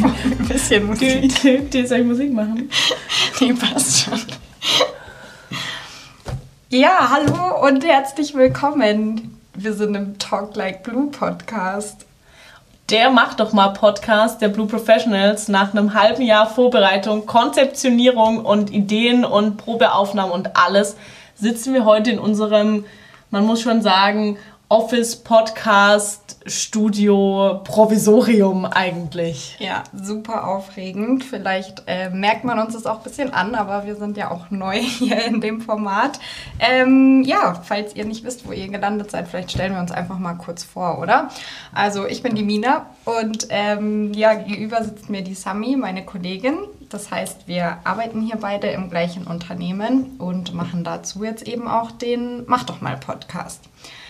ein bisschen Musik. Soll ich Musik machen? Nee, passt schon. Ja, hallo und herzlich willkommen. Wir sind im Talk Like Blue Podcast. Der Macht doch mal Podcast der Blue Professionals nach einem halben Jahr Vorbereitung, Konzeptionierung und Ideen und Probeaufnahmen und alles sitzen wir heute in unserem, man muss schon sagen, Office, Podcast, Studio, Provisorium eigentlich. Ja, super aufregend. Vielleicht merkt man uns das auch ein bisschen an, aber wir sind ja auch neu hier in dem Format. Falls ihr nicht wisst, wo ihr gelandet seid, vielleicht stellen wir uns einfach mal kurz vor, oder? Also ich bin die Mina und gegenüber sitzt mir die Sami, meine Kollegin. Das heißt, wir arbeiten hier beide im gleichen Unternehmen und machen dazu jetzt eben auch den Mach doch mal Podcast.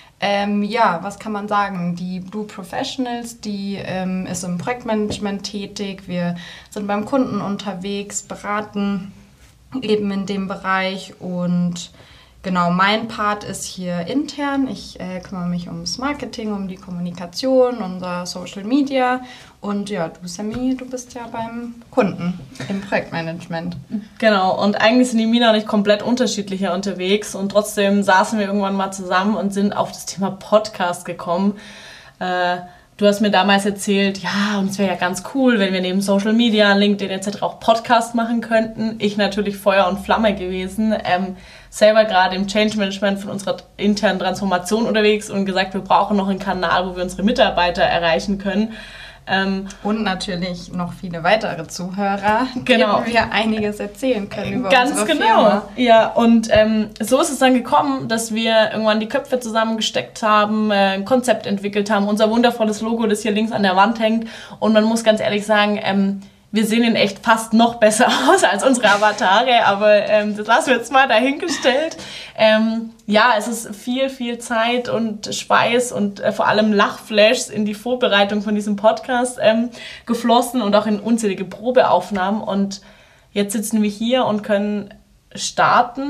Was kann man sagen? Die Blue Professionals, die ist im Projektmanagement tätig. Wir sind beim Kunden unterwegs, beraten eben in dem Bereich und genau, mein Part ist hier intern. Ich kümmere mich ums Marketing, um die Kommunikation, unser Social Media. Und ja, du, Sami, du bist ja beim Kunden im Projektmanagement. Genau, und eigentlich sind die Mina und ich komplett unterschiedlicher unterwegs. Und trotzdem saßen wir irgendwann mal zusammen und sind auf das Thema Podcast gekommen. Du hast mir damals erzählt, ja, und es wäre ja ganz cool, wenn wir neben Social Media, LinkedIn etc. auch Podcast machen könnten. Ich natürlich Feuer und Flamme gewesen. Selber gerade im Change Management von unserer internen Transformation unterwegs und gesagt, wir brauchen noch einen Kanal, wo wir unsere Mitarbeiter erreichen können. Und natürlich noch viele weitere Zuhörer, genau, denen wir einiges erzählen können über unsere Firma. Ganz genau. Ja, und so ist es dann gekommen, dass wir irgendwann die Köpfe zusammengesteckt haben, ein Konzept entwickelt haben, unser wundervolles Logo, das hier links an der Wand hängt. Und man muss ganz ehrlich sagen, wir sehen in echt fast noch besser aus als unsere Avatare, aber das lassen wir jetzt mal dahingestellt. Es ist viel, viel Zeit und Schweiß und vor allem Lachflashs in die Vorbereitung von diesem Podcast geflossen und auch in unzählige Probeaufnahmen. Und jetzt sitzen wir hier und können starten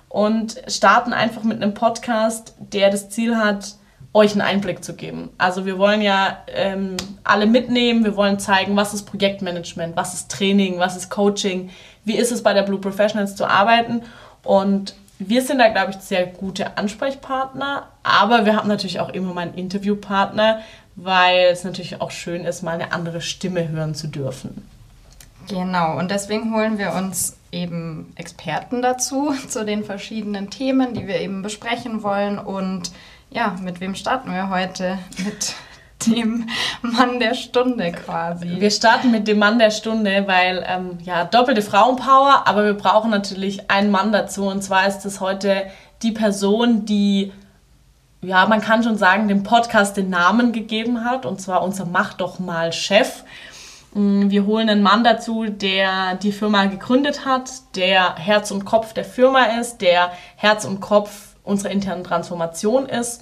einfach mit einem Podcast, der das Ziel hat, euch einen Einblick zu geben. Also wir wollen ja alle mitnehmen, wir wollen zeigen, was ist Projektmanagement, was ist Training, was ist Coaching, wie ist es bei der Blue Professionals zu arbeiten, und wir sind da, glaube ich, sehr gute Ansprechpartner, aber wir haben natürlich auch immer mal einen Interviewpartner, weil es natürlich auch schön ist, mal eine andere Stimme hören zu dürfen. Genau, und deswegen holen wir uns eben Experten dazu, zu den verschiedenen Themen, die wir eben besprechen wollen. Und ja, mit wem starten wir heute? Mit dem Mann der Stunde quasi. Wir starten mit dem Mann der Stunde, weil, doppelte Frauenpower, aber wir brauchen natürlich einen Mann dazu. Und zwar ist es heute die Person, die, ja, man kann schon sagen, dem Podcast den Namen gegeben hat. Und zwar unser Mach doch mal Chef. Wir holen einen Mann dazu, der die Firma gegründet hat, der Herz und Kopf der Firma ist, der Herz und Kopf unserer internen Transformation ist.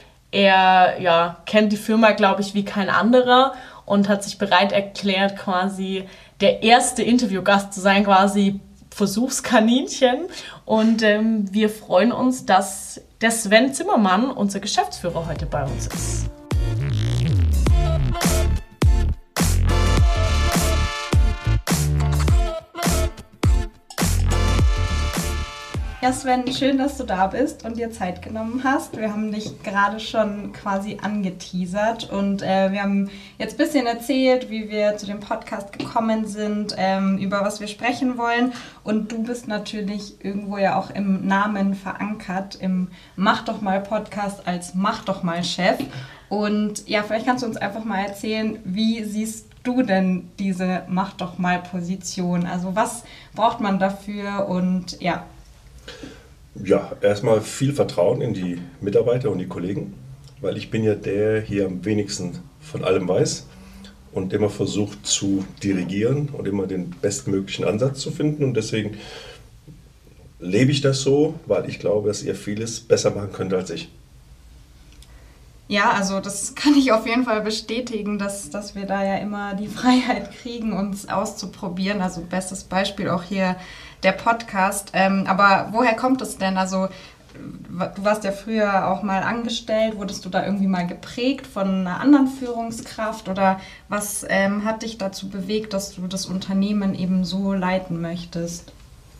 Er kennt die Firma, glaube ich, wie kein anderer und hat sich bereit erklärt, quasi der erste Interviewgast zu sein, quasi Versuchskaninchen. Und wir freuen uns, dass der Sven Zimmermann, unser Geschäftsführer, heute bei uns ist. Ja, Sven, schön, dass du da bist und dir Zeit genommen hast. Wir haben dich gerade schon quasi angeteasert und wir haben jetzt ein bisschen erzählt, wie wir zu dem Podcast gekommen sind, über was wir sprechen wollen. Und du bist natürlich irgendwo ja auch im Namen verankert, im Mach doch mal Podcast als Mach doch mal Chef. Und ja, vielleicht kannst du uns einfach mal erzählen, wie siehst du denn diese Mach doch mal Position? Also was braucht man dafür und ja. Ja, erstmal viel Vertrauen in die Mitarbeiter und die Kollegen, weil ich bin ja der hier am wenigsten von allem weiß und immer versucht zu dirigieren und immer den bestmöglichen Ansatz zu finden, und deswegen lebe ich das so, weil ich glaube, dass ihr vieles besser machen könnt als ich. Ja, also das kann ich auf jeden Fall bestätigen, dass wir da ja immer die Freiheit kriegen, uns auszuprobieren. Also bestes Beispiel auch hier der Podcast. Aber woher kommt es denn? Also du warst ja früher auch mal angestellt, wurdest du da irgendwie mal geprägt von einer anderen Führungskraft oder was hat dich dazu bewegt, dass du das Unternehmen eben so leiten möchtest?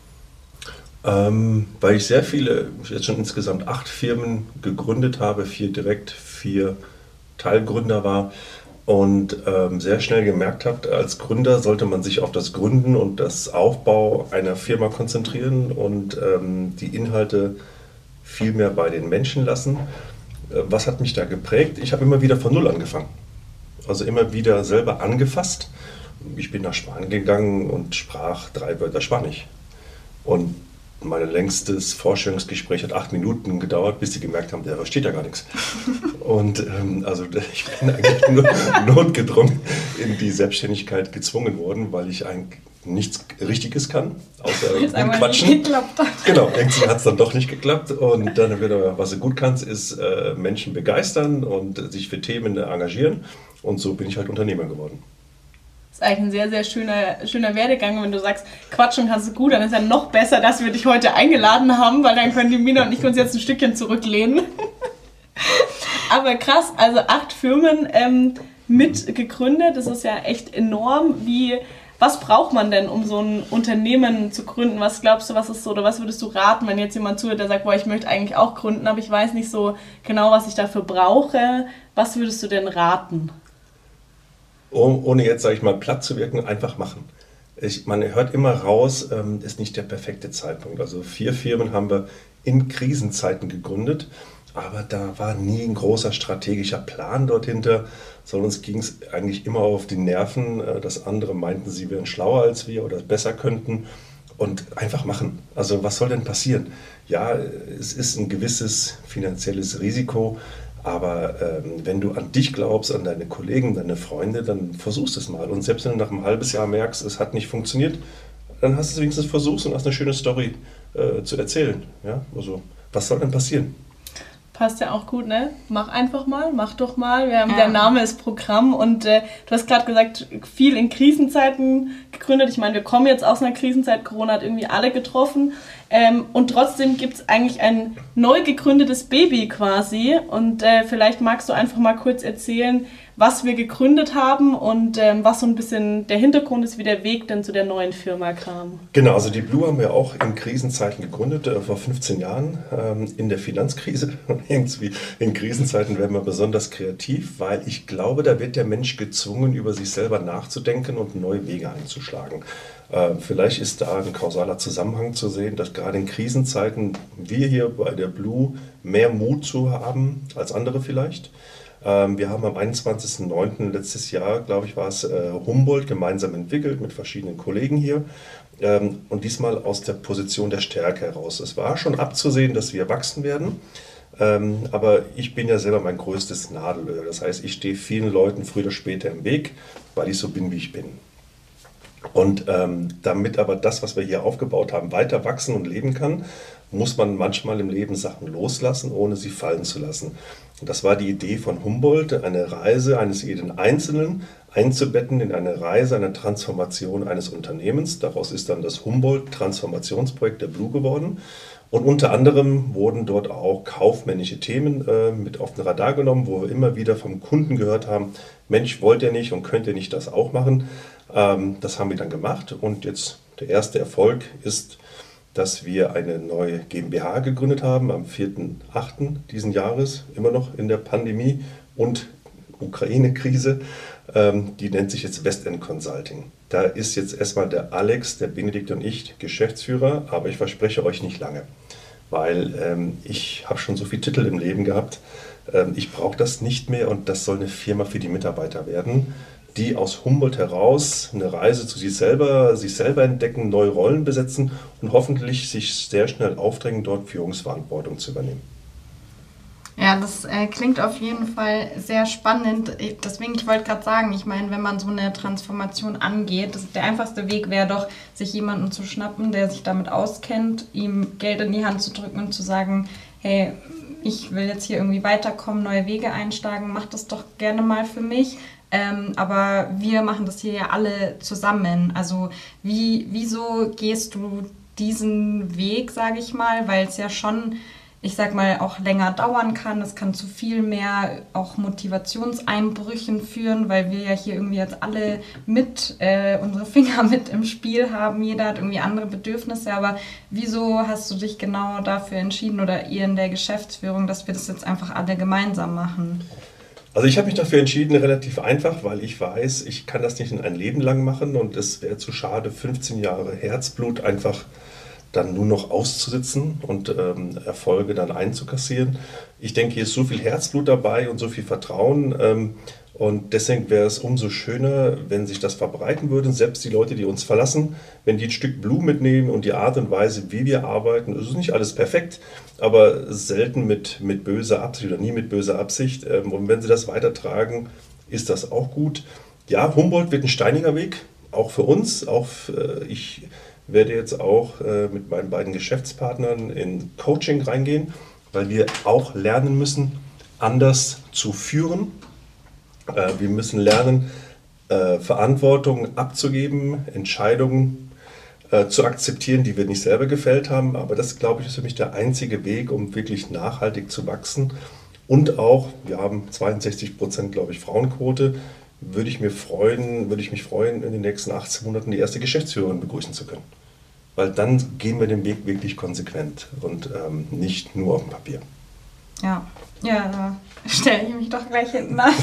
Weil ich sehr viele, jetzt schon insgesamt 8 Firmen gegründet habe, 4 direkt, 4 Teilgründer war und sehr schnell gemerkt habe, als Gründer sollte man sich auf das Gründen und das Aufbau einer Firma konzentrieren und die Inhalte viel mehr bei den Menschen lassen. Was hat mich da geprägt? Ich habe immer wieder von Null angefangen. Also immer wieder selber angefasst. Ich bin nach Spanien gegangen und sprach 3 Wörter Spanisch. Und mein längstes Vorstellungsgespräch hat 8 Minuten gedauert, bis sie gemerkt haben, der versteht ja gar nichts. Und also ich bin eigentlich nur notgedrungen in die Selbstständigkeit gezwungen worden, weil ich eigentlich nichts Richtiges kann, außer quatschen. Nicht geklappt hat. Genau, irgendwie hat es dann doch nicht geklappt. Und dann wieder, was du gut kannst, ist Menschen begeistern und sich für Themen engagieren. Und so bin ich halt Unternehmer geworden. Das ist eigentlich ein sehr, sehr schöner Werdegang. Wenn du sagst, quatschen kannst du gut, dann ist ja noch besser, dass wir dich heute eingeladen haben, weil dann können die Mina und ich uns jetzt ein Stückchen zurücklehnen. Aber krass, also 8 Firmen mit gegründet, das ist ja echt enorm. Was braucht man denn, um so ein Unternehmen zu gründen? Was glaubst du, was ist so, oder was würdest du raten, wenn jetzt jemand zuhört, der sagt, boah, ich möchte eigentlich auch gründen, aber ich weiß nicht so genau, was ich dafür brauche. Was würdest du denn raten? Ohne jetzt, sage ich mal, platt zu wirken, einfach machen. Man hört immer raus, ist nicht der perfekte Zeitpunkt. Also 4 Firmen haben wir in Krisenzeiten gegründet, aber da war nie ein großer strategischer Plan dort hinter, sondern uns ging es eigentlich immer auf die Nerven, dass andere meinten, sie wären schlauer als wir oder besser könnten und einfach machen. Also was soll denn passieren? Ja, es ist ein gewisses finanzielles Risiko, aber wenn du an dich glaubst, an deine Kollegen, deine Freunde, dann versuchst es mal. Und selbst wenn du nach einem halbes Jahr merkst, es hat nicht funktioniert, dann hast du es wenigstens versucht und hast eine schöne Story zu erzählen. Ja? Also, was soll denn passieren? Passt ja auch gut, ne? Mach einfach mal, mach doch mal. Der Name ist Programm und du hast gerade gesagt, viel in Krisenzeiten gegründet. Ich meine, wir kommen jetzt aus einer Krisenzeit, Corona hat irgendwie alle getroffen und trotzdem gibt es eigentlich ein neu gegründetes Baby quasi und vielleicht magst du einfach mal kurz erzählen, was wir gegründet haben und was so ein bisschen der Hintergrund ist, wie der Weg denn zu der neuen Firma kam. Genau, also die Blue haben wir auch in Krisenzeiten gegründet, vor 15 Jahren, in der Finanzkrise. Irgendwie in Krisenzeiten werden wir besonders kreativ, weil ich glaube, da wird der Mensch gezwungen, über sich selber nachzudenken und neue Wege einzuschlagen. Vielleicht ist da ein kausaler Zusammenhang zu sehen, dass gerade in Krisenzeiten wir hier bei der Blue mehr Mut zu haben als andere vielleicht. Wir haben am 21.09. letztes Jahr, glaube ich, war es Humboldt gemeinsam entwickelt mit verschiedenen Kollegen hier und diesmal aus der Position der Stärke heraus. Es war schon abzusehen, dass wir wachsen werden, aber ich bin ja selber mein größtes Nadelöhr. Das heißt, ich stehe vielen Leuten früher oder später im Weg, weil ich so bin, wie ich bin. Und damit aber das, was wir hier aufgebaut haben, weiter wachsen und leben kann, muss man manchmal im Leben Sachen loslassen, ohne sie fallen zu lassen. Und das war die Idee von Humboldt, eine Reise eines jeden Einzelnen einzubetten in eine Reise, eine Transformation eines Unternehmens. Daraus ist dann das Humboldt-Transformationsprojekt der Blue geworden. Und unter anderem wurden dort auch kaufmännische Themen mit auf den Radar genommen, wo wir immer wieder vom Kunden gehört haben, Mensch, wollt ihr nicht und könnt ihr nicht das auch machen? Das haben wir dann gemacht und jetzt der erste Erfolg ist, dass wir eine neue GmbH gegründet haben am 4.8. diesen Jahres, immer noch in der Pandemie und Ukraine-Krise. Die nennt sich jetzt Westend Consulting. Da ist jetzt erstmal der Alex, der Benedikt und ich Geschäftsführer, aber ich verspreche euch nicht lange, weil ich habe schon so viele Titel im Leben gehabt. Ich brauche das nicht mehr und das soll eine Firma für die Mitarbeiter werden, die aus Humboldt heraus eine Reise zu sich selber entdecken, neue Rollen besetzen und hoffentlich sich sehr schnell aufdrängen, dort Führungsverantwortung zu übernehmen. Ja, das klingt auf jeden Fall sehr spannend. Deswegen, ich wollte gerade sagen, ich meine, wenn man so eine Transformation angeht, der einfachste Weg wäre doch, sich jemanden zu schnappen, der sich damit auskennt, ihm Geld in die Hand zu drücken und zu sagen, hey, ich will jetzt hier irgendwie weiterkommen, neue Wege einschlagen, mach das doch gerne mal für mich. Aber wir machen das hier ja alle zusammen. Also wieso gehst du diesen Weg, sage ich mal, weil es ja schon ich sag mal, auch länger dauern kann. Es kann zu viel mehr auch Motivationseinbrüchen führen, weil wir ja hier irgendwie jetzt alle unsere Finger mit im Spiel haben. Jeder hat irgendwie andere Bedürfnisse. Aber wieso hast du dich genau dafür entschieden oder ihr in der Geschäftsführung, dass wir das jetzt einfach alle gemeinsam machen? Also ich habe mich dafür entschieden, relativ einfach, weil ich weiß, ich kann das nicht in ein Leben lang machen und es wäre zu schade, 15 Jahre Herzblut einfach dann nur noch auszusitzen und Erfolge dann einzukassieren. Ich denke, hier ist so viel Herzblut dabei und so viel Vertrauen. Und deswegen wäre es umso schöner, wenn sich das verbreiten würde. Selbst die Leute, die uns verlassen, wenn die ein Stück Blumen mitnehmen und die Art und Weise, wie wir arbeiten, es ist nicht alles perfekt, aber selten mit böser Absicht oder nie mit böser Absicht. Und wenn sie das weitertragen, ist das auch gut. Ja, Humboldt wird ein steiniger Weg, auch für uns. Ich werde jetzt auch mit meinen beiden Geschäftspartnern in Coaching reingehen, weil wir auch lernen müssen, anders zu führen. Wir müssen lernen, Verantwortung abzugeben, Entscheidungen zu akzeptieren, die wir nicht selber gefällt haben. Aber das, glaube ich, ist für mich der einzige Weg, um wirklich nachhaltig zu wachsen. Und auch, wir haben 62%, glaube ich, Frauenquote, würde ich mich freuen, in den nächsten 18 Monaten die erste Geschäftsführerin begrüßen zu können. Weil dann gehen wir den Weg wirklich konsequent und nicht nur auf dem Papier. Ja, da stelle ich mich doch gleich hinten an.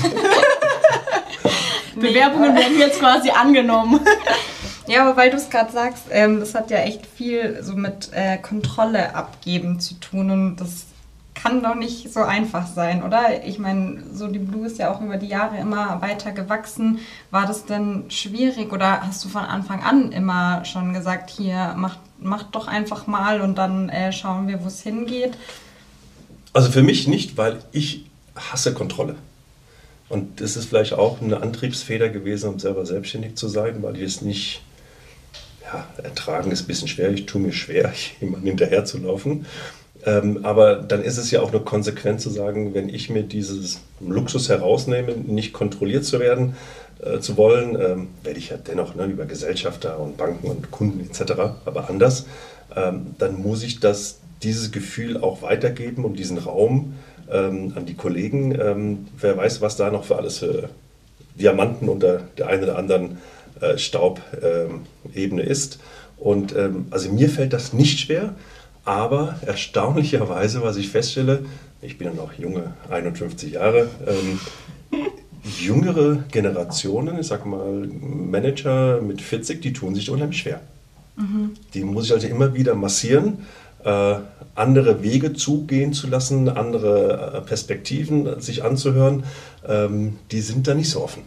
Bewerbungen werden jetzt quasi angenommen. Ja, aber weil du es gerade sagst, das hat ja echt viel so mit Kontrolle abgeben zu tun und das kann doch nicht so einfach sein, oder? Ich meine, so die Blue ist ja auch über die Jahre immer weiter gewachsen. War das denn schwierig oder hast du von Anfang an immer schon gesagt, hier, mach doch einfach mal und dann schauen wir, wo es hingeht? Also für mich nicht, weil ich hasse Kontrolle. Und das ist vielleicht auch eine Antriebsfeder gewesen, um selber selbstständig zu sein, weil ich es nicht, ertragen ist ein bisschen schwer, ich tue mir schwer, jemandem hinterher zu laufen. Aber dann ist es ja auch nur konsequent zu sagen, wenn ich mir dieses Luxus herausnehme, nicht kontrolliert zu werden, zu wollen, werde ich ja dennoch über Gesellschafter und Banken und Kunden etc., aber anders, dann muss ich dieses Gefühl auch weitergeben und diesen Raum an die Kollegen. Wer weiß, was da noch für alles für Diamanten unter der einen oder anderen Staubebene ist. Und also mir fällt das nicht schwer. Aber erstaunlicherweise, was ich feststelle, ich bin ja noch junge, 51 Jahre, jüngere Generationen, ich sag mal Manager mit 40, die tun sich unheimlich schwer. Mhm. Die muss ich also immer wieder massieren, andere Wege zugehen zu lassen, andere Perspektiven sich anzuhören, die sind da nicht so offen.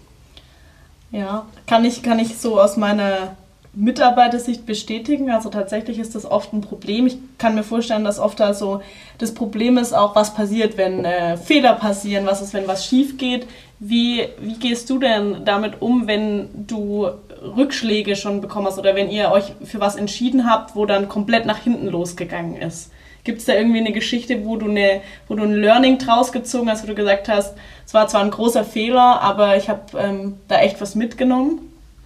Ja, kann ich so aus meiner Mitarbeitersicht bestätigen. Also tatsächlich ist das oft ein Problem. Ich kann mir vorstellen, dass oft also das Problem ist auch, was passiert, wenn Fehler passieren, was ist, wenn was schief geht. Wie gehst du denn damit um, wenn du Rückschläge schon bekommen hast oder wenn ihr euch für was entschieden habt, wo dann komplett nach hinten losgegangen ist? Gibt es da irgendwie eine Geschichte, wo du ein Learning draus gezogen hast, wo du gesagt hast, es war zwar ein großer Fehler, aber ich habe da echt was mitgenommen?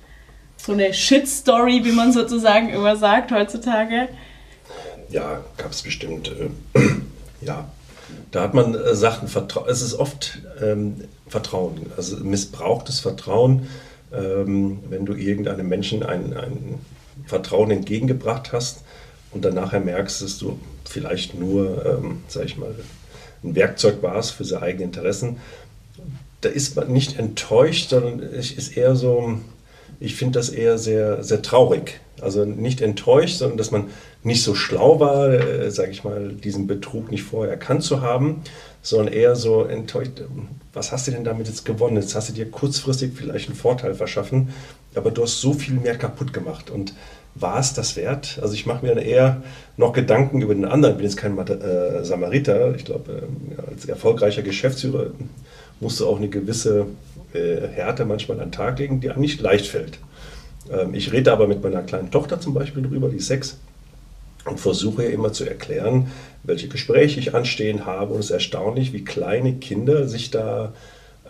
So eine Shit-Story, wie man sozusagen immer sagt heutzutage. Ja, gab es bestimmt. Ja, da hat man Sachen, es ist oft Vertrauen, also missbrauchtes Vertrauen, wenn du irgendeinem Menschen ein Vertrauen entgegengebracht hast und dann nachher merkst, dass du vielleicht nur, sag ich mal, ein Werkzeug warst für seine eigenen Interessen. Da ist man nicht enttäuscht, sondern es ist eher so, ich finde das eher sehr, sehr traurig. Also nicht enttäuscht, sondern dass man nicht so schlau war, sage ich mal, diesen Betrug nicht vorher erkannt zu haben, sondern eher so enttäuscht, was hast du denn damit jetzt gewonnen? Jetzt hast du dir kurzfristig vielleicht einen Vorteil verschaffen, aber du hast so viel mehr kaputt gemacht. Und war es das wert? Also ich mache mir dann eher noch Gedanken über den anderen. Ich bin jetzt kein Samariter. Ich glaube, als erfolgreicher Geschäftsführer musst du auch eine gewisse Härte manchmal an den Tag legen, die einem nicht leicht fällt. Ich rede aber mit meiner kleinen Tochter zum Beispiel drüber, die ist 6, und versuche ihr immer zu erklären, welche Gespräche ich anstehen habe. Und es ist erstaunlich, wie kleine Kinder sich da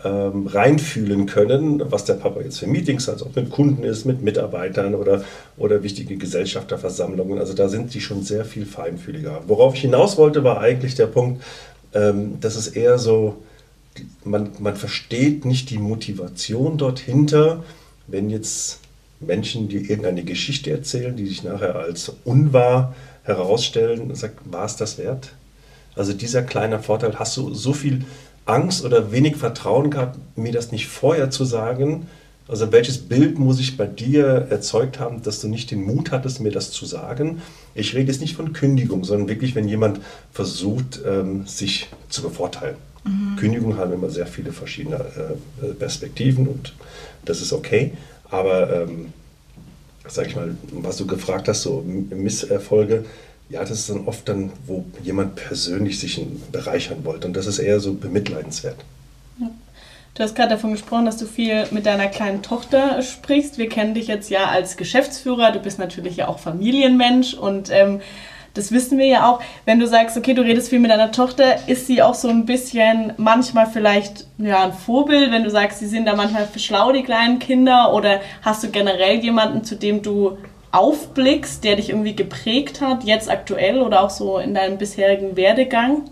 reinfühlen können, was der Papa jetzt für Meetings hat, ob mit Kunden ist, mit Mitarbeitern oder wichtige Gesellschafterversammlungen. Also da sind die schon sehr viel feinfühliger. Worauf ich hinaus wollte, war eigentlich der Punkt, dass es eher so, man versteht nicht die Motivation dort hinter, wenn jetzt Menschen, die irgendeine Geschichte erzählen, die sich nachher als unwahr herausstellen und sagt, war es das wert? Also dieser kleine Vorteil, hast du so viel Angst oder wenig Vertrauen gehabt, mir das nicht vorher zu sagen? Also welches Bild muss ich bei dir erzeugt haben, dass du nicht den Mut hattest, mir das zu sagen? Ich rede jetzt nicht von Kündigung, sondern wirklich, wenn jemand versucht, sich zu bevorteilen. Kündigung haben immer sehr viele verschiedene Perspektiven und das ist okay. Aber, sag ich mal, was du gefragt hast, so Misserfolge, ja, das ist dann oft dann, wo jemand persönlich sich bereichern wollte. Und das ist eher so bemitleidenswert. Ja. Du hast gerade davon gesprochen, dass du viel mit deiner kleinen Tochter sprichst. Wir kennen dich jetzt ja als Geschäftsführer. Du bist natürlich ja auch Familienmensch und das wissen wir ja auch. Wenn du sagst, okay, du redest viel mit deiner Tochter, ist sie auch so ein bisschen manchmal vielleicht ein Vorbild, wenn du sagst, sie sind da manchmal schlau, die kleinen Kinder, oder hast du generell jemanden, zu dem du aufblickst, der dich irgendwie geprägt hat, jetzt aktuell oder auch so in deinem bisherigen Werdegang?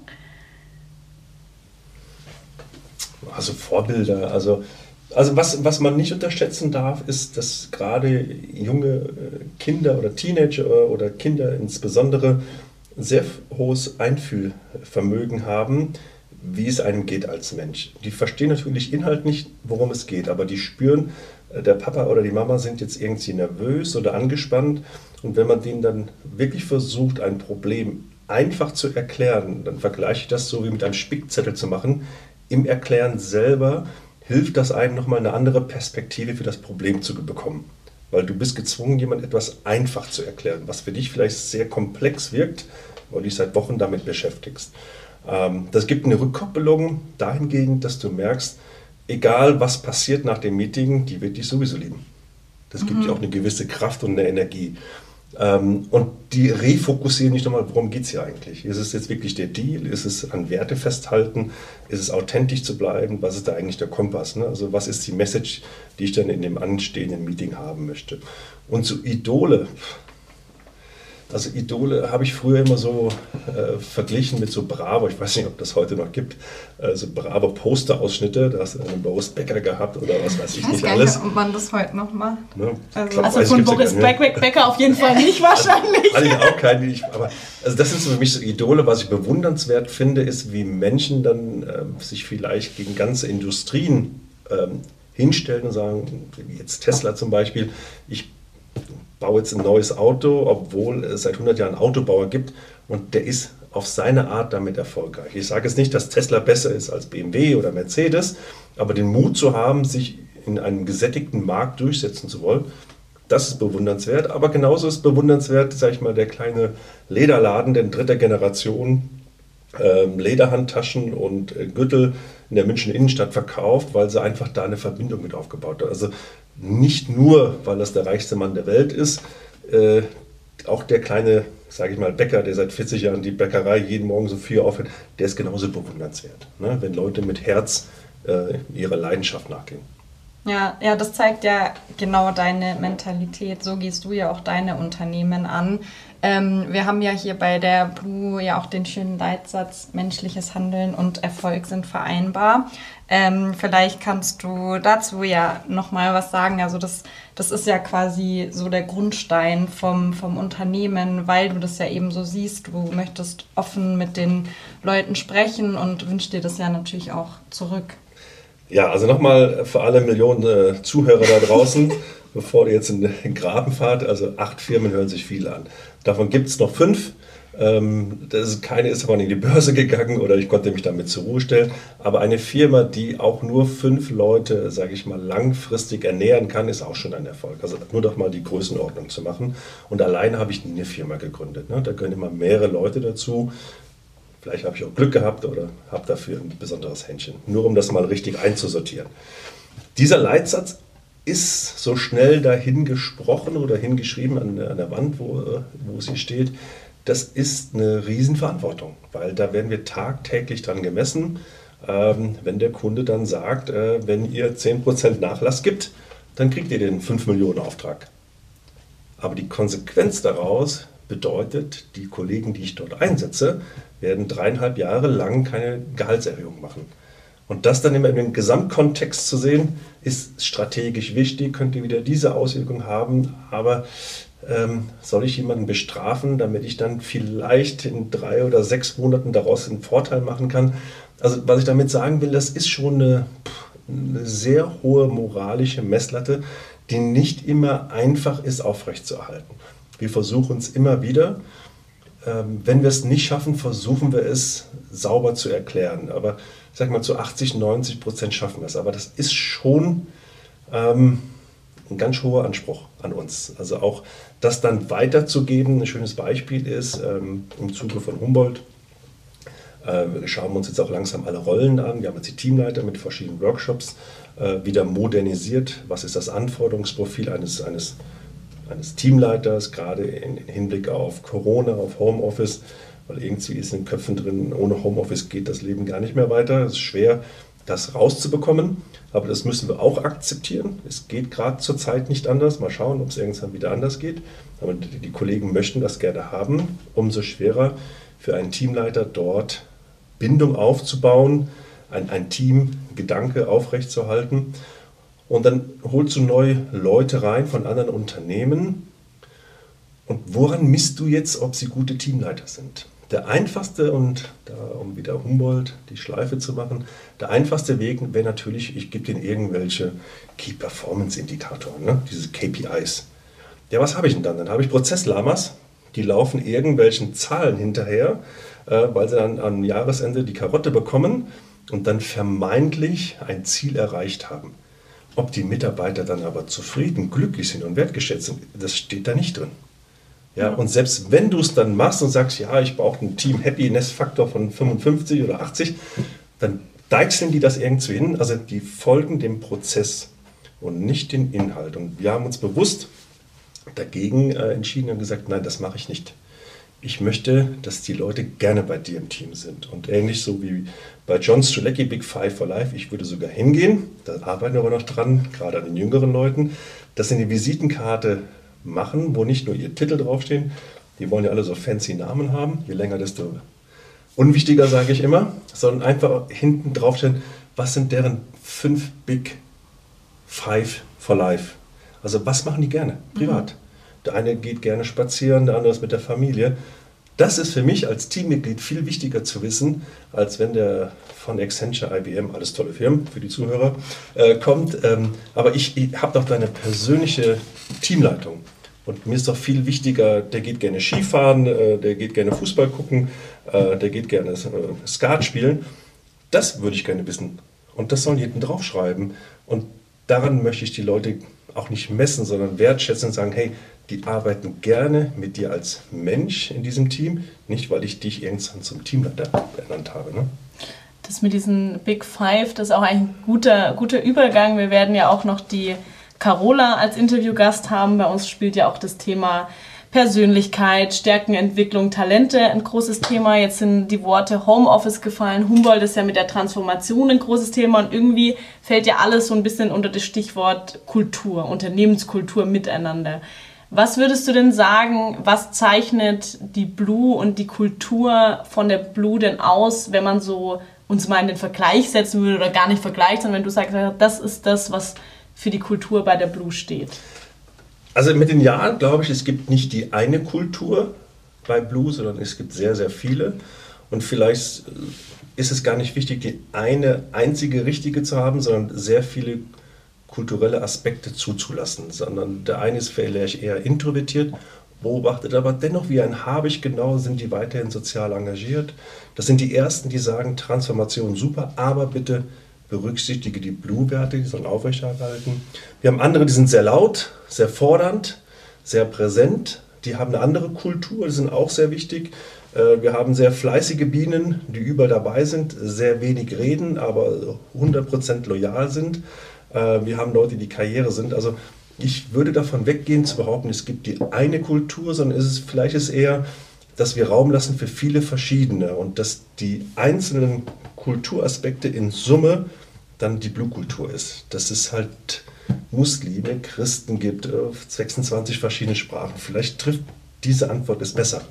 Also Vorbilder, also was man nicht unterschätzen darf, ist, dass gerade junge Kinder oder Teenager oder Kinder insbesondere sehr hohes Einfühlvermögen haben, wie es einem geht als Mensch. Die verstehen natürlich Inhalt nicht, worum es geht, aber die spüren, der Papa oder die Mama sind jetzt irgendwie nervös oder angespannt, und wenn man denen dann wirklich versucht, ein Problem einfach zu erklären, dann vergleiche ich das so wie mit einem Spickzettel zu machen. Im Erklären selber hilft das einem nochmal eine andere Perspektive für das Problem zu bekommen. Weil du bist gezwungen, jemand etwas einfach zu erklären, was für dich vielleicht sehr komplex wirkt, weil du dich seit Wochen damit beschäftigst. Das gibt eine Rückkoppelung dahingehend, dass du merkst, egal was passiert nach dem Meeting, die wird dich sowieso lieben. Das gibt dir auch eine gewisse Kraft und eine Energie. Und die refokussieren nicht nochmal, worum geht es hier eigentlich? Ist es jetzt wirklich der Deal? Ist es an Werte festhalten? Ist es authentisch zu bleiben? Was ist da eigentlich der Kompass? Ne? Also was ist die Message, die ich dann in dem anstehenden Meeting haben möchte? Und so Idole. Also Idole habe ich früher immer so verglichen mit so Bravo, ich weiß nicht, ob das heute noch gibt, so Bravo Posterausschnitte, da hast du einen Boris Becker gehabt oder was weiß ich nicht alles. Nicht, ob man das heute noch macht. Ne? Also von Boris Becker auf jeden Fall nicht wahrscheinlich. Hatte ich auch keinen, aber also das sind so für mich so Idole. Was ich bewundernswert finde, ist, wie Menschen dann sich vielleicht gegen ganze Industrien hinstellen und sagen, wie jetzt Tesla zum Beispiel, ich baue jetzt ein neues Auto, obwohl es seit 100 Jahren Autobauer gibt, und der ist auf seine Art damit erfolgreich. Ich sage jetzt nicht, dass Tesla besser ist als BMW oder Mercedes, aber den Mut zu haben, sich in einem gesättigten Markt durchsetzen zu wollen, das ist bewundernswert. Aber genauso ist bewundernswert, sage ich mal, der kleine Lederladen der dritter Generation, Lederhandtaschen und Gürtel in der Münchner Innenstadt verkauft, weil sie einfach da eine Verbindung mit aufgebaut hat. Also nicht nur, weil das der reichste Mann der Welt ist, auch der kleine, sage ich mal, Bäcker, der seit 40 Jahren die Bäckerei jeden Morgen so früh aufhört, der ist genauso bewundernswert, ne? Wenn Leute mit Herz ihrer Leidenschaft nachgehen. Ja, das zeigt ja genau deine Mentalität. So gehst du ja auch deine Unternehmen an. Wir haben ja hier bei der Blue ja auch den schönen Leitsatz, menschliches Handeln und Erfolg sind vereinbar. Vielleicht kannst du dazu ja nochmal was sagen. Also das ist ja quasi so der Grundstein vom Unternehmen, weil du das ja eben so siehst. Du möchtest offen mit den Leuten sprechen und wünschst dir das ja natürlich auch zurück. Ja, also nochmal für alle Millionen Zuhörer da draußen, bevor ihr jetzt in den Graben fahrt, also 8 Firmen hören sich viel an. Davon gibt es noch 5. Keine ist aber in die Börse gegangen oder ich konnte mich damit zur Ruhe stellen. Aber eine Firma, die auch nur 5 Leute, sage ich mal, langfristig ernähren kann, ist auch schon ein Erfolg. Also nur doch mal die Größenordnung zu machen. Und alleine habe ich nie eine Firma gegründet. Ne? Da gehören immer mehrere Leute dazu. Vielleicht habe ich auch Glück gehabt oder habe dafür ein besonderes Händchen. Nur um das mal richtig einzusortieren. Dieser Leitsatz ist so schnell dahin gesprochen oder hingeschrieben an der Wand, wo sie steht. Das ist eine Riesenverantwortung, weil da werden wir tagtäglich dran gemessen. wenn der Kunde dann sagt, wenn ihr 10% Nachlass gibt, dann kriegt ihr den 5 Millionen Auftrag. Aber die Konsequenz daraus bedeutet, die Kollegen, die ich dort einsetze, werden 3,5 Jahre lang keine Gehaltserhöhung machen. Und das dann immer in dem Gesamtkontext zu sehen, ist strategisch wichtig, könnte wieder diese Auswirkung haben, aber soll ich jemanden bestrafen, damit ich dann vielleicht in 3 oder 6 Monaten daraus einen Vorteil machen kann? Also was ich damit sagen will, das ist schon eine sehr hohe moralische Messlatte, die nicht immer einfach ist aufrechtzuerhalten. Wir versuchen es immer wieder. Wenn wir es nicht schaffen, versuchen wir es sauber zu erklären. Aber ich sage mal, zu 80-90% schaffen wir es. Aber das ist schon ein ganz hoher Anspruch an uns. Also auch das dann weiterzugeben. Ein schönes Beispiel ist im Zuge von Humboldt. Wir schauen uns jetzt auch langsam alle Rollen an. Wir haben jetzt die Teamleiter mit verschiedenen Workshops wieder modernisiert. Was ist das Anforderungsprofil eines Teamleiters, gerade im Hinblick auf Corona, auf Homeoffice? Weil irgendwie ist in den Köpfen drin, ohne Homeoffice geht das Leben gar nicht mehr weiter. Es ist schwer, das rauszubekommen, aber das müssen wir auch akzeptieren. Es geht gerade zur Zeit nicht anders. Mal schauen, ob es irgendwann wieder anders geht. Aber die Kollegen möchten das gerne haben. Umso schwerer für einen Teamleiter dort Bindung aufzubauen, ein Teamgedanke aufrechtzuerhalten. Und dann holst du neue Leute rein von anderen Unternehmen. Und woran misst du jetzt, ob sie gute Teamleiter sind? Der einfachste, und da, um wieder Humboldt die Schleife zu machen, der einfachste Weg wäre natürlich, ich gebe denen irgendwelche Key-Performance-Indikatoren, ne? Diese KPIs. Ja, was habe ich denn dann? Dann habe ich Prozesslamas, die laufen irgendwelchen Zahlen hinterher, weil sie dann am Jahresende die Karotte bekommen und dann vermeintlich ein Ziel erreicht haben. Ob die Mitarbeiter dann aber zufrieden, glücklich sind und wertgeschätzt sind, das steht da nicht drin. Ja, und selbst wenn du es dann machst und sagst, ja, ich brauche einen Team-Happiness-Faktor von 55 oder 80, dann deichseln die das irgendwie hin. Also die folgen dem Prozess und nicht den Inhalt. Und wir haben uns bewusst dagegen entschieden und gesagt, nein, das mache ich nicht. Ich möchte, dass die Leute gerne bei dir im Team sind. Und ähnlich so wie bei John Strzelecki, Big Five for Life, ich würde sogar hingehen, da arbeiten wir aber noch dran, gerade an den jüngeren Leuten, dass sie eine Visitenkarte machen, wo nicht nur ihr Titel draufstehen, die wollen ja alle so fancy Namen haben, je länger, desto unwichtiger, sage ich immer, sondern einfach hinten draufstehen, was sind deren 5 Big Five for Life. Also was machen die gerne, privat? Der eine geht gerne spazieren, der andere ist mit der Familie. Das ist für mich als Teammitglied viel wichtiger zu wissen, als wenn der von Accenture, IBM, alles tolle Firmen für die Zuhörer, kommt. Aber ich habe doch deine persönliche Teamleitung. Und mir ist doch viel wichtiger, der geht gerne Skifahren, der geht gerne Fußball gucken, der geht gerne Skat spielen. Das würde ich gerne wissen. Und das sollen die hinten draufschreiben. Und daran möchte ich die Leute auch nicht messen, sondern wertschätzen und sagen, hey, die arbeiten gerne mit dir als Mensch in diesem Team, nicht weil ich dich irgendwann zum Teamleiter ernannt habe. Ne? Das mit diesen Big Five, das ist auch ein guter Übergang. Wir werden ja auch noch die Carola als Interviewgast haben. Bei uns spielt ja auch das Thema Persönlichkeit, Stärkenentwicklung, Talente ein großes Thema. Jetzt sind die Worte Homeoffice gefallen. Humboldt ist ja mit der Transformation ein großes Thema und irgendwie fällt ja alles so ein bisschen unter das Stichwort Kultur, Unternehmenskultur miteinander. Was würdest du denn sagen, was zeichnet die Blue und die Kultur von der Blue denn aus, wenn man so uns mal in den Vergleich setzen würde oder gar nicht vergleicht, sondern wenn du sagst, das ist das, was für die Kultur bei der Blue steht? Also mit den Jahren glaube ich, es gibt nicht die eine Kultur bei Blue, sondern es gibt sehr, sehr viele. Und vielleicht ist es gar nicht wichtig, die eine einzige richtige zu haben, sondern sehr viele kulturelle Aspekte zuzulassen. Sondern der eine ist vielleicht eher introvertiert, beobachtet aber dennoch wie ein Habicht genau, sind die weiterhin sozial engagiert. Das sind die Ersten, die sagen, Transformation super, aber bitte berücksichtige die Blue-Werte, die sollen aufrechterhalten. Wir haben andere, die sind sehr laut, sehr fordernd, sehr präsent. Die haben eine andere Kultur, die sind auch sehr wichtig. Wir haben sehr fleißige Bienen, die überall dabei sind, sehr wenig reden, aber 100% loyal sind. Wir haben Leute, die Karriere sind. Also ich würde davon weggehen zu behaupten, es gibt die eine Kultur, sondern vielleicht ist es eher dass wir Raum lassen für viele verschiedene und dass die einzelnen Kulturaspekte in Summe dann die Blue-Kultur ist. Dass es halt Muslime, Christen gibt, 26 verschiedene Sprachen. Vielleicht trifft diese Antwort es besser.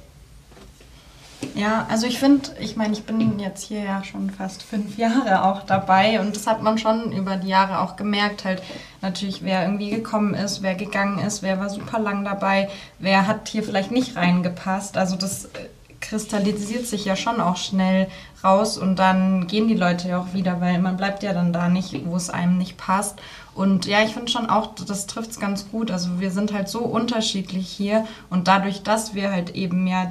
Ja, also ich finde, ich bin jetzt hier ja schon fast 5 Jahre auch dabei und das hat man schon über die Jahre auch gemerkt, halt natürlich, wer irgendwie gekommen ist, wer gegangen ist, wer war super lang dabei, wer hat hier vielleicht nicht reingepasst, also das kristallisiert sich ja schon auch schnell raus und dann gehen die Leute ja auch wieder, weil man bleibt ja dann da nicht, wo es einem nicht passt. Und ja, ich finde schon auch, das trifft es ganz gut. Also wir sind halt so unterschiedlich hier und dadurch, dass wir halt eben ja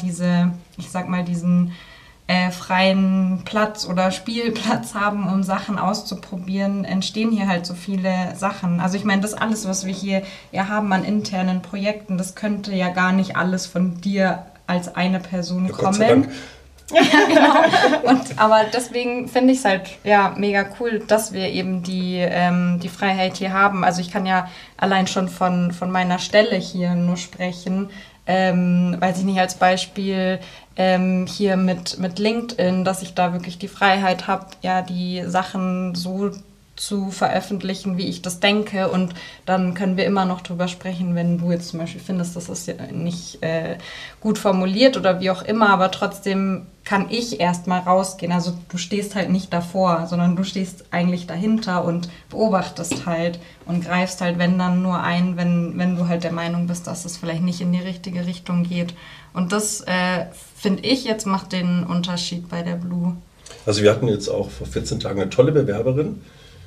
diesen freien Platz oder Spielplatz haben, um Sachen auszuprobieren, entstehen hier halt so viele Sachen. Also ich meine, das alles, was wir hier ja haben an internen Projekten, das könnte ja gar nicht alles von dir als eine Person kommen. Gott sei Dank. Ja, genau. Aber deswegen finde ich es halt ja mega cool, dass wir eben die Freiheit hier haben. Also ich kann ja allein schon von meiner Stelle hier nur sprechen. Weiß ich nicht, als Beispiel hier mit LinkedIn, dass ich da wirklich die Freiheit habe, ja, die Sachen so zu veröffentlichen, wie ich das denke und dann können wir immer noch drüber sprechen, wenn du jetzt zum Beispiel findest, das ist ja nicht gut formuliert oder wie auch immer, aber trotzdem kann ich erstmal rausgehen, also du stehst halt nicht davor, sondern du stehst eigentlich dahinter und beobachtest halt und greifst halt, wenn dann nur ein, wenn du halt der Meinung bist, dass es vielleicht nicht in die richtige Richtung geht und das finde ich jetzt macht den Unterschied bei der Blue. Also wir hatten jetzt auch vor 14 Tagen eine tolle Bewerberin.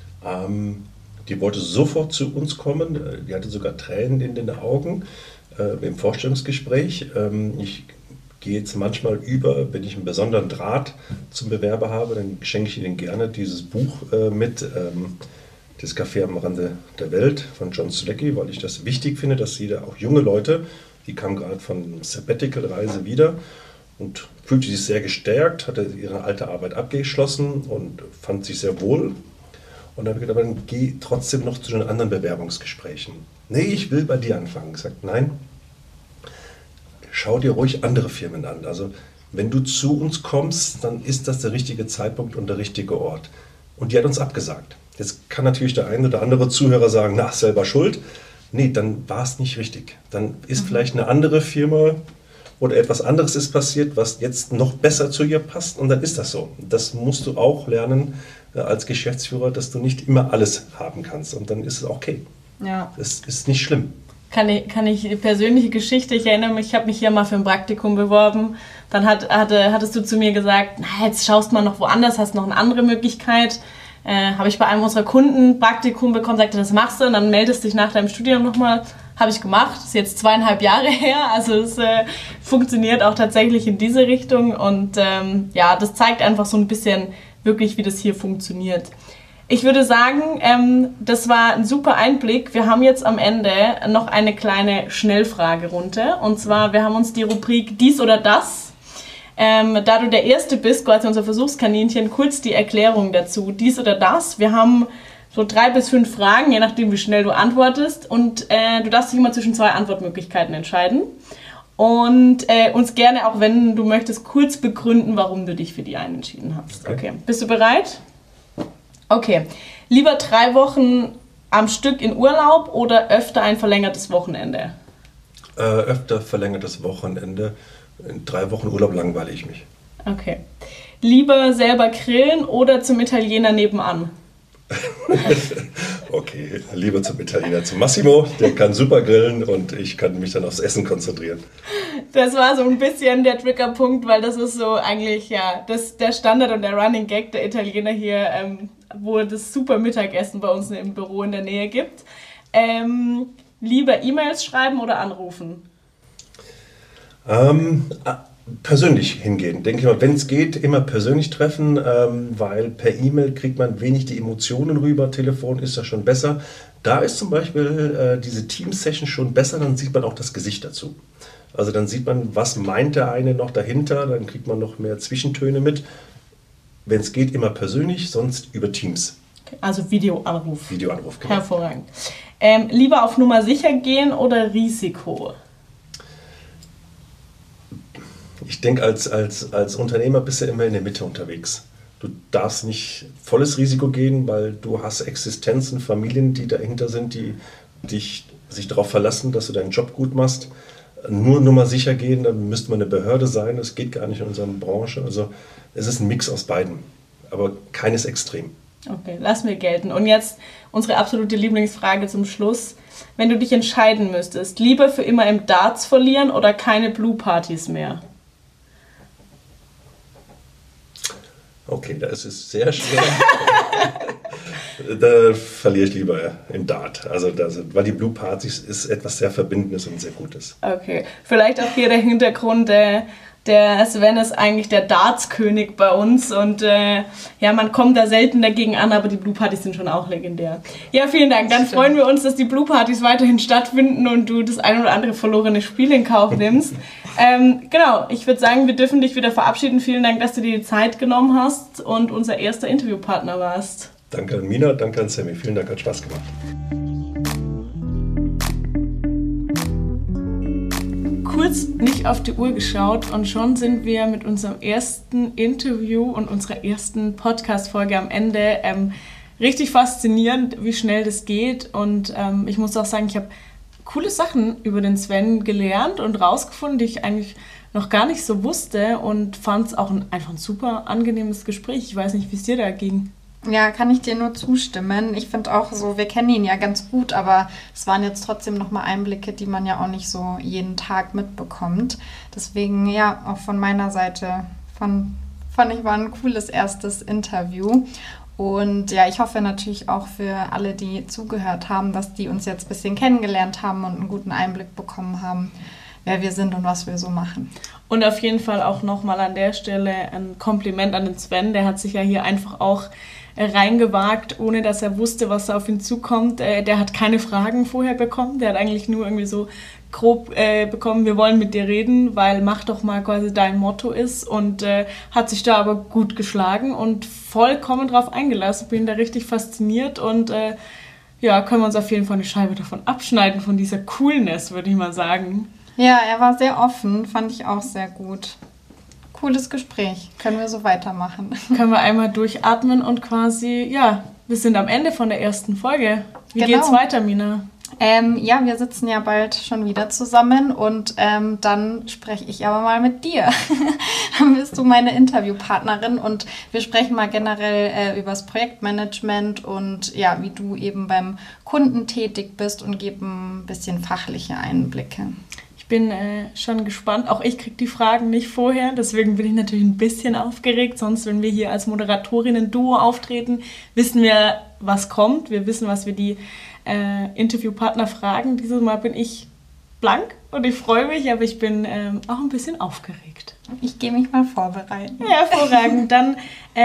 Die wollte sofort zu uns kommen, die hatte sogar Tränen in den Augen im Vorstellungsgespräch. Ich gehe jetzt manchmal über, wenn ich einen besonderen Draht zum Bewerber habe, dann schenke ich Ihnen gerne dieses Buch mit, das Café am Rande der Welt von John Strelacki, weil ich das wichtig finde, dass jeder, auch junge Leute, die kamen gerade von Sabbatical-Reise wieder und fühlte sich sehr gestärkt, hatte ihre alte Arbeit abgeschlossen und fand sich sehr wohl. Und dann habe ich gedacht, dann geh trotzdem noch zu den anderen Bewerbungsgesprächen. Nee, ich will bei dir anfangen. Ich gesagt, nein, schau dir ruhig andere Firmen an. Also wenn du zu uns kommst, dann ist das der richtige Zeitpunkt und der richtige Ort. Und die hat uns abgesagt. Jetzt kann natürlich der eine oder andere Zuhörer sagen, na, selber schuld. Nee, dann war es nicht richtig. Dann ist vielleicht eine andere Firma oder etwas anderes ist passiert, was jetzt noch besser zu ihr passt und dann ist das so. Das musst du auch lernen als Geschäftsführer, dass du nicht immer alles haben kannst und dann ist es okay. Ja. Es ist nicht schlimm. Kann ich eine persönliche Geschichte, ich erinnere mich, ich habe mich hier mal für ein Praktikum beworben, dann hattest du zu mir gesagt, na, jetzt schaust mal noch woanders, hast noch eine andere Möglichkeit. Habe ich bei einem unserer Kunden Praktikum bekommen, sagte, das machst du und dann meldest dich nach deinem Studium nochmal. Habe ich gemacht, ist jetzt 2,5 Jahre her, also es funktioniert auch tatsächlich in diese Richtung und ja, das zeigt einfach so ein bisschen wirklich, wie das hier funktioniert. Ich würde sagen, das war ein super Einblick. Wir haben jetzt am Ende noch eine kleine Schnellfragerunde und zwar, wir haben uns die Rubrik Dies oder Das. Da du der Erste bist, quasi unser Versuchskaninchen, kurz die Erklärung dazu. Dies oder das. Wir haben so 3 bis 5 Fragen, je nachdem wie schnell du antwortest und du darfst dich immer zwischen 2 Antwortmöglichkeiten entscheiden und uns gerne, auch wenn du möchtest, kurz begründen, warum du dich für die eine entschieden hast. Okay. Bist du bereit? Okay. Lieber 3 Wochen am Stück in Urlaub oder öfter ein verlängertes Wochenende? Öfter verlängertes Wochenende. In 3 Wochen Urlaub langweile ich mich. Okay. Lieber selber grillen oder zum Italiener nebenan? Okay, lieber zum Italiener, zum Massimo. Der kann super grillen und ich kann mich dann aufs Essen konzentrieren. Das war so ein bisschen der Triggerpunkt, weil das ist so eigentlich ja der Standard und der Running Gag der Italiener hier, wo es das super Mittagessen bei uns im Büro in der Nähe gibt. Lieber E-Mails schreiben oder anrufen? Persönlich hingehen. Denke ich mal, wenn es geht, immer persönlich treffen, weil per E-Mail kriegt man wenig die Emotionen rüber, Telefon ist ja schon besser. Da ist zum Beispiel diese Team-Session schon besser, dann sieht man auch das Gesicht dazu. Also dann sieht man, was meint der eine noch dahinter, dann kriegt man noch mehr Zwischentöne mit. Wenn es geht, immer persönlich, sonst über Teams. Okay, also Videoanruf. Videoanruf, genau. Hervorragend. Lieber auf Nummer sicher gehen oder Risiko? Ich denke, als Unternehmer bist du immer in der Mitte unterwegs. Du darfst nicht volles Risiko gehen, weil du hast Existenzen, Familien, die dahinter sind, die sich darauf verlassen, dass du deinen Job gut machst. Nur mal sicher gehen, dann müsste man eine Behörde sein. Das geht gar nicht in unserer Branche. Also es ist ein Mix aus beiden, aber keines extrem. Okay, lassen wir gelten. Und jetzt unsere absolute Lieblingsfrage zum Schluss. Wenn du dich entscheiden müsstest, lieber für immer im Darts verlieren oder keine Blue-Partys mehr? Okay, da ist es sehr schwer. Da verliere ich lieber im Dart. Also weil die Blue Partys ist etwas sehr Verbindendes und sehr Gutes. Okay, vielleicht auch hier der Hintergrund, der Sven ist eigentlich der Darts-König bei uns und man kommt da selten dagegen an, aber die Blue Partys sind schon auch legendär. Ja, vielen Dank. Dann freuen wir uns, dass die Blue Partys weiterhin stattfinden und du das ein oder andere verlorene Spiel in Kauf nimmst. Genau, ich würde sagen, wir dürfen dich wieder verabschieden. Vielen Dank, dass du dir die Zeit genommen hast und unser erster Interviewpartner warst. Danke an Mina, danke an Sammy. Vielen Dank, hat Spaß gemacht. Kurz nicht auf die Uhr geschaut und schon sind wir mit unserem ersten Interview und unserer ersten Podcast-Folge am Ende. Richtig faszinierend, wie schnell das geht und ich muss auch sagen, ich habe coole Sachen über den Sven gelernt und rausgefunden, die ich eigentlich noch gar nicht so wusste und fand es auch einfach ein super angenehmes Gespräch. Ich weiß nicht, wie es dir da ging. Ja, kann ich dir nur zustimmen. Ich finde auch so, wir kennen ihn ja ganz gut, aber es waren jetzt trotzdem nochmal Einblicke, die man ja auch nicht so jeden Tag mitbekommt. Deswegen, ja, auch von meiner Seite fand ich, war ein cooles erstes Interview. Und ja, ich hoffe natürlich auch für alle, die zugehört haben, dass die uns jetzt ein bisschen kennengelernt haben und einen guten Einblick bekommen haben, wer wir sind und was wir so machen. Und auf jeden Fall auch nochmal an der Stelle ein Kompliment an den Sven. Der hat sich ja hier einfach auch reingewagt, ohne dass er wusste, was da auf ihn zukommt. Der hat keine Fragen vorher bekommen. Der hat eigentlich nur irgendwie so grob bekommen, wir wollen mit dir reden, weil mach doch mal quasi dein Motto ist und hat sich da aber gut geschlagen und vollkommen drauf eingelassen. Bin da richtig fasziniert und können wir uns auf jeden Fall eine Scheibe davon abschneiden, von dieser Coolness, würde ich mal sagen. Ja, er war sehr offen, fand ich auch sehr gut. Cooles Gespräch. Können wir so weitermachen. Können wir einmal durchatmen und quasi, wir sind am Ende von der ersten Folge. Wie geht's weiter, Mina? Wir sitzen ja bald schon wieder zusammen und dann spreche ich aber mal mit dir. Dann bist du meine Interviewpartnerin und wir sprechen mal generell über das Projektmanagement und ja, wie du eben beim Kunden tätig bist und geben ein bisschen fachliche Einblicke. Ich bin schon gespannt. Auch ich kriege die Fragen nicht vorher, deswegen bin ich natürlich ein bisschen aufgeregt. Sonst, wenn wir hier als Moderatorinnen-Duo auftreten, wissen wir, was kommt. Wir wissen, was wir die Interviewpartner fragen. Dieses Mal bin ich blank und ich freue mich, aber ich bin auch ein bisschen aufgeregt. Ich gehe mich mal vorbereiten. Ja, hervorragend. Dann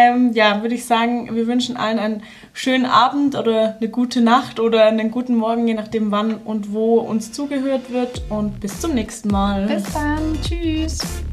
würde ich sagen, wir wünschen allen einen schönen Abend oder eine gute Nacht oder einen guten Morgen, je nachdem wann und wo uns zugehört wird. Und bis zum nächsten Mal. Bis dann. Tschüss.